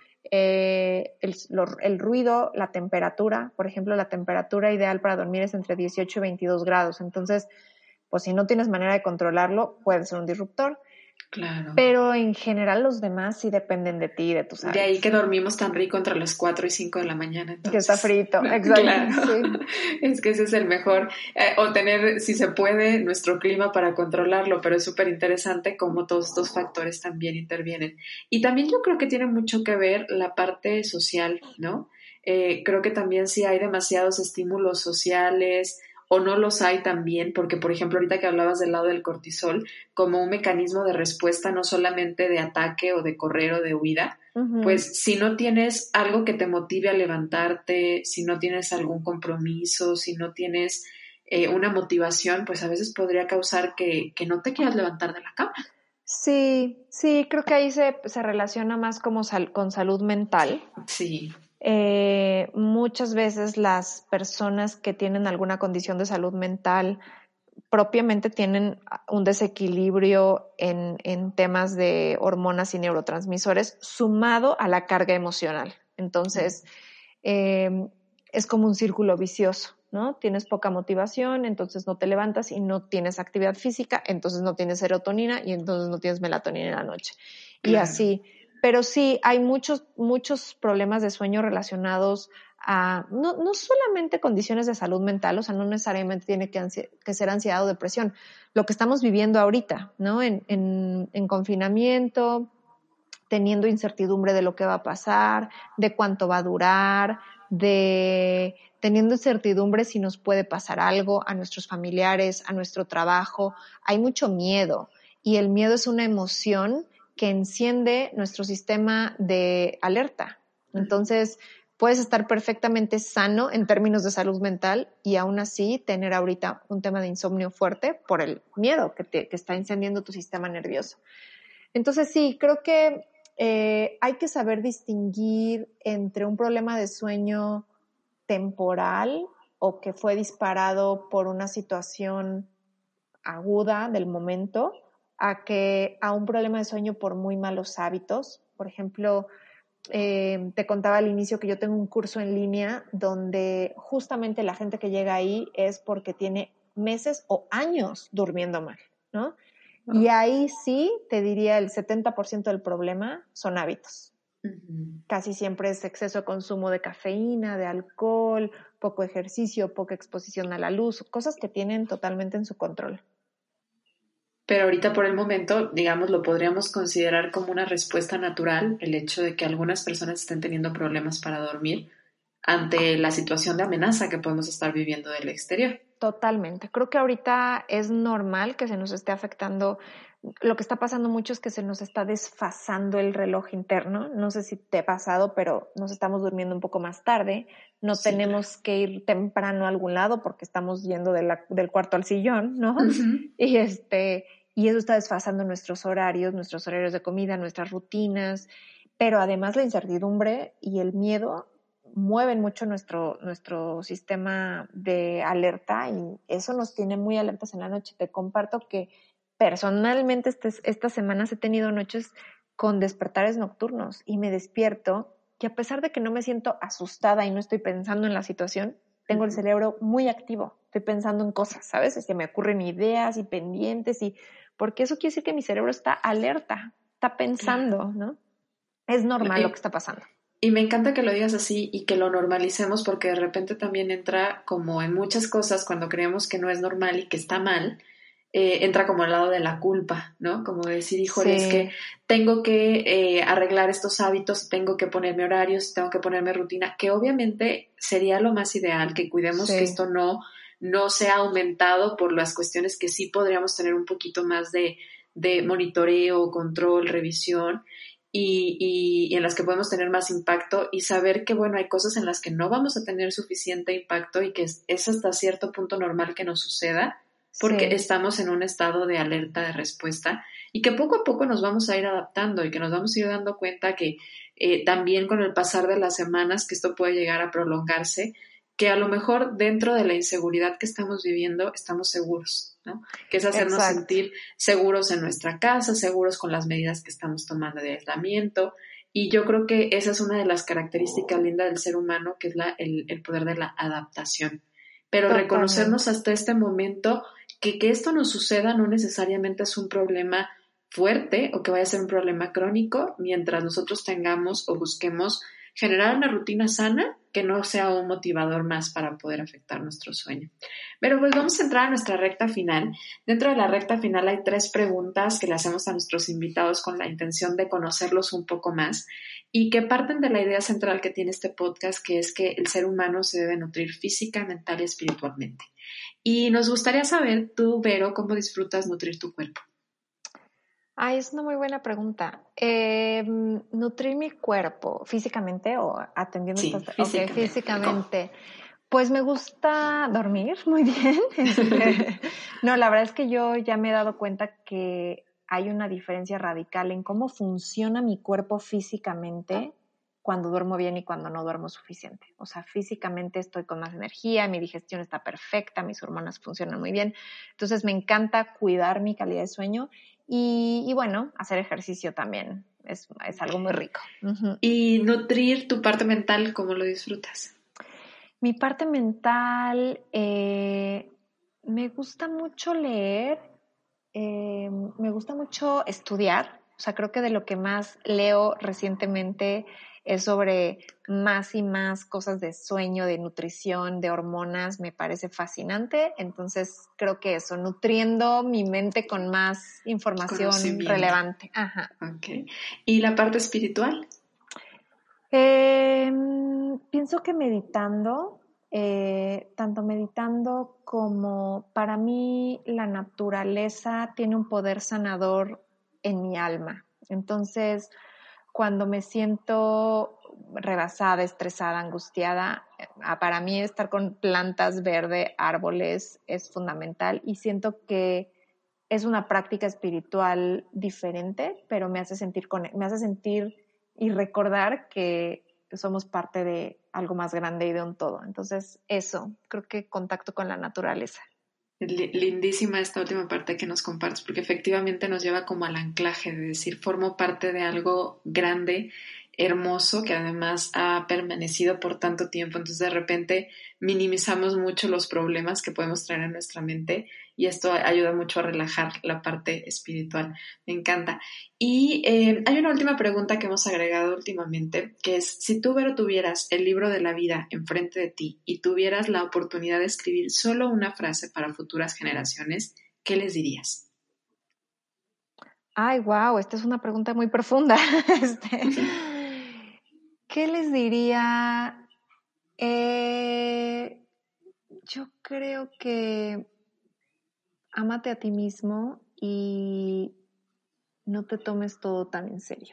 el ruido, la temperatura. Por ejemplo, la temperatura ideal para dormir es entre 18 y 22 grados. Entonces, pues si no tienes manera de controlarlo, puede ser un disruptor. Claro. Pero en general los demás sí dependen de ti, de tus hábitos. De ahí que dormimos tan rico entre las 4 y 5 de la mañana. Entonces, que está frito, exacto. Claro, sí. Es que ese es el mejor. O tener, si se puede, nuestro clima para controlarlo, pero es súper interesante cómo todos estos factores también intervienen. Y también yo creo que tiene mucho que ver la parte social, ¿no? Creo que también si hay demasiados estímulos sociales o no los hay también, porque por ejemplo ahorita que hablabas del lado del cortisol, como un mecanismo de respuesta no solamente de ataque o de correr o de huida, pues si no tienes algo que te motive a levantarte, si no tienes algún compromiso, si no tienes una motivación, pues a veces podría causar que no te quieras levantar de la cama. Sí, creo que ahí se relaciona más como con salud mental. Sí. Muchas veces las personas que tienen alguna condición de salud mental propiamente tienen un desequilibrio en temas de hormonas y neurotransmisores sumado a la carga emocional. Entonces, es como un círculo vicioso, ¿no? Tienes poca motivación, entonces no te levantas y no tienes actividad física, entonces no tienes serotonina y entonces no tienes melatonina en la noche. Claro. Y así. Pero sí, hay muchos problemas de sueño relacionados a no solamente condiciones de salud mental, o sea, no necesariamente tiene que ser ansiedad o depresión. Lo que estamos viviendo ahorita, ¿no? En confinamiento, teniendo incertidumbre de lo que va a pasar, de cuánto va a durar, de teniendo incertidumbre si nos puede pasar algo a nuestros familiares, a nuestro trabajo. Hay mucho miedo y el miedo es una emoción que enciende nuestro sistema de alerta. Entonces, puedes estar perfectamente sano en términos de salud mental y aún así tener ahorita un tema de insomnio fuerte por el miedo que está encendiendo tu sistema nervioso. Entonces, sí, creo que hay que saber distinguir entre un problema de sueño temporal o que fue disparado por una situación aguda del momento a un problema de sueño por muy malos hábitos. Por ejemplo, te contaba al inicio que yo tengo un curso en línea donde justamente la gente que llega ahí es porque tiene meses o años durmiendo mal, ¿no? Y ahí sí, te diría, el 70% del problema son hábitos. Uh-huh. Casi siempre es exceso de consumo de cafeína, de alcohol, poco ejercicio, poca exposición a la luz, cosas que tienen totalmente en su control. Pero ahorita por el momento, digamos, lo podríamos considerar como una respuesta natural, el hecho de que algunas personas estén teniendo problemas para dormir ante la situación de amenaza que podemos estar viviendo del exterior. Totalmente. Creo que ahorita es normal que se nos esté afectando. Lo que está pasando mucho es que se nos está desfasando el reloj interno. No sé si te ha pasado, pero nos estamos durmiendo un poco más tarde. No sí, tenemos que ir temprano a algún lado porque estamos yendo del cuarto al sillón, ¿no? Uh-huh. Y eso está desfasando nuestros horarios de comida, nuestras rutinas. Pero además la incertidumbre y el miedo mueven mucho nuestro sistema de alerta y eso nos tiene muy alertas en la noche. Te comparto que personalmente estas semanas he tenido noches con despertares nocturnos y me despierto y a pesar de que no me siento asustada y no estoy pensando en la situación, tengo el cerebro muy activo. Estoy pensando en cosas, ¿sabes? Se me ocurren ideas y pendientes porque eso quiere decir que mi cerebro está alerta, está pensando, ¿no? Es normal lo que está pasando. Y me encanta que lo digas así y que lo normalicemos porque de repente también entra como en muchas cosas cuando creemos que no es normal y que está mal, entra como al lado de la culpa, ¿no? Como decir, híjole, sí, es que tengo que arreglar estos hábitos, tengo que ponerme horarios, tengo que ponerme rutina, que obviamente sería lo más ideal, que cuidemos que esto no sea aumentado por las cuestiones que sí podríamos tener un poquito más de monitoreo, control, revisión, y en las que podemos tener más impacto y saber que, bueno, hay cosas en las que no vamos a tener suficiente impacto y que es hasta cierto punto normal que nos suceda porque estamos en un estado de alerta de respuesta y que poco a poco nos vamos a ir adaptando y que nos vamos a ir dando cuenta que también con el pasar de las semanas que esto puede llegar a prolongarse, que a lo mejor dentro de la inseguridad que estamos viviendo estamos seguros, ¿no? Que es hacernos sentir seguros en nuestra casa, seguros con las medidas que estamos tomando de aislamiento. Y yo creo que esa es una de las características lindas del ser humano, que es el poder de la adaptación. Pero reconocernos hasta este momento que esto nos suceda no necesariamente es un problema fuerte o que vaya a ser un problema crónico mientras nosotros tengamos o busquemos generar una rutina sana que no sea un motivador más para poder afectar nuestro sueño. Pero pues vamos a entrar a nuestra recta final. Dentro de la recta final hay 3 preguntas que le hacemos a nuestros invitados con la intención de conocerlos un poco más y que parten de la idea central que tiene este podcast, que es que el ser humano se debe nutrir física, mental y espiritualmente. Y nos gustaría saber, tú, Vero, ¿cómo disfrutas nutrir tu cuerpo? Ay, es una muy buena pregunta. ¿Nutrir mi cuerpo físicamente o atendiendo estas... físicamente. Okay, físicamente. Pues me gusta dormir muy bien. No, la verdad es que yo ya me he dado cuenta que hay una diferencia radical en cómo funciona mi cuerpo físicamente cuando duermo bien y cuando no duermo suficiente. O sea, físicamente estoy con más energía, mi digestión está perfecta, mis hormonas funcionan muy bien. Entonces me encanta cuidar mi calidad de sueño y bueno, hacer ejercicio también es algo muy rico. Uh-huh. Y nutrir tu parte mental, ¿cómo lo disfrutas? Mi parte mental, me gusta mucho leer, me gusta mucho estudiar. O sea, creo que de lo que más leo recientemente es sobre más y más cosas de sueño, de nutrición, de hormonas. Me parece fascinante. Entonces, creo que eso, nutriendo mi mente con más información relevante. Ajá. Okay. ¿Y la parte espiritual? Pienso que meditando, tanto meditando como para mí la naturaleza tiene un poder sanador en mi alma. Entonces, cuando me siento rebasada, estresada, angustiada, para mí estar con plantas verdes, árboles es fundamental y siento que es una práctica espiritual diferente, pero me hace sentir y recordar que somos parte de algo más grande y de un todo. Entonces, eso, creo que contacto con la naturaleza. Lindísima esta última parte que nos compartes, porque efectivamente nos lleva como al anclaje de decir, formo parte de algo grande, hermoso, que además ha permanecido por tanto tiempo. Entonces de repente minimizamos mucho los problemas que podemos traer en nuestra mente y esto ayuda mucho a relajar la parte espiritual. Me encanta. Y hay una última pregunta que hemos agregado últimamente, que es, si tú, Vero, tuvieras el libro de la vida enfrente de ti y tuvieras la oportunidad de escribir solo una frase para futuras generaciones, ¿qué les dirías? Ay, wow, esta es una pregunta muy profunda. ¿Qué les diría? Yo creo que ámate a ti mismo y no te tomes todo tan en serio.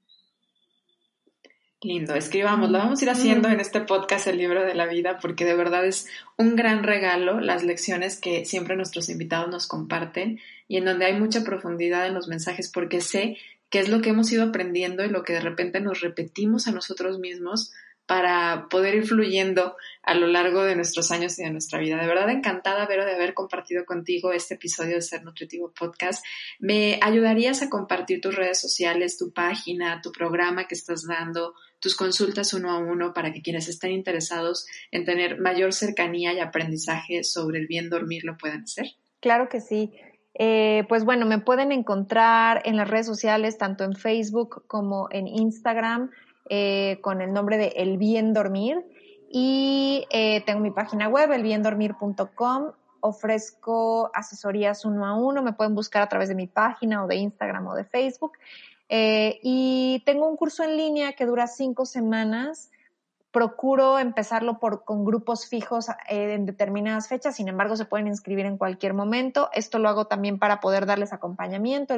Lindo, escribamos, lo vamos a ir haciendo en este podcast El libro de la vida porque de verdad es un gran regalo las lecciones que siempre nuestros invitados nos comparten y en donde hay mucha profundidad en los mensajes porque sé que es lo que hemos ido aprendiendo y lo que de repente nos repetimos a nosotros mismos para poder ir fluyendo a lo largo de nuestros años y de nuestra vida. De verdad encantada, Vero, de haber compartido contigo este episodio de Ser Nutritivo Podcast. ¿Me ayudarías a compartir tus redes sociales, tu página, tu programa que estás dando, tus consultas 1-a-1 para que quienes estén interesados en tener mayor cercanía y aprendizaje sobre el bien dormir lo puedan hacer? Claro que sí. Pues bueno, me pueden encontrar en las redes sociales, tanto en Facebook como en Instagram, con el nombre de El Bien Dormir. Y tengo mi página web, elbiendormir.com. Ofrezco asesorías 1-a-1. Me pueden buscar a través de mi página o de Instagram o de Facebook. Y tengo un curso en línea que dura 5 semanas. Procuro empezarlo con grupos fijos en determinadas fechas, sin embargo se pueden inscribir en cualquier momento. Esto lo hago también para poder darles acompañamiento.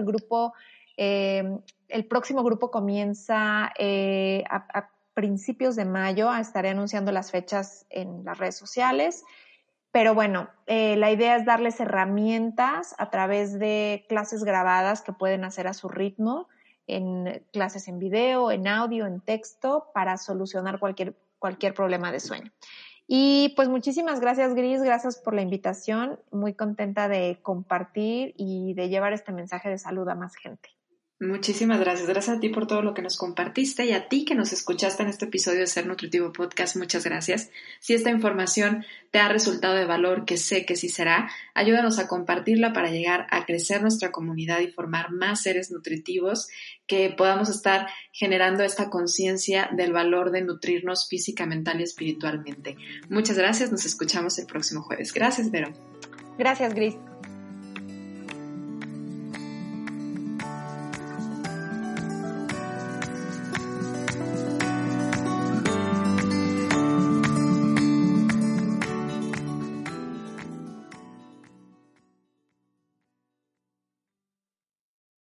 El próximo grupo comienza a principios de mayo. Estaré anunciando las fechas en las redes sociales. Pero bueno, la idea es darles herramientas a través de clases grabadas que pueden hacer a su ritmo, en clases en video, en audio, en texto, para solucionar cualquier problema de sueño. Y pues muchísimas gracias, Gris, gracias por la invitación. Muy contenta de compartir y de llevar este mensaje de salud a más gente. Muchísimas gracias. Gracias a ti por todo lo que nos compartiste y a ti que nos escuchaste en este episodio de Ser Nutritivo Podcast. Muchas gracias. Si esta información te ha resultado de valor, que sé que sí será, ayúdanos a compartirla para llegar a crecer nuestra comunidad y formar más seres nutritivos, que podamos estar generando esta conciencia del valor de nutrirnos física, mental y espiritualmente. Muchas gracias. Nos escuchamos el próximo jueves. Gracias, Vero. Gracias, Gris.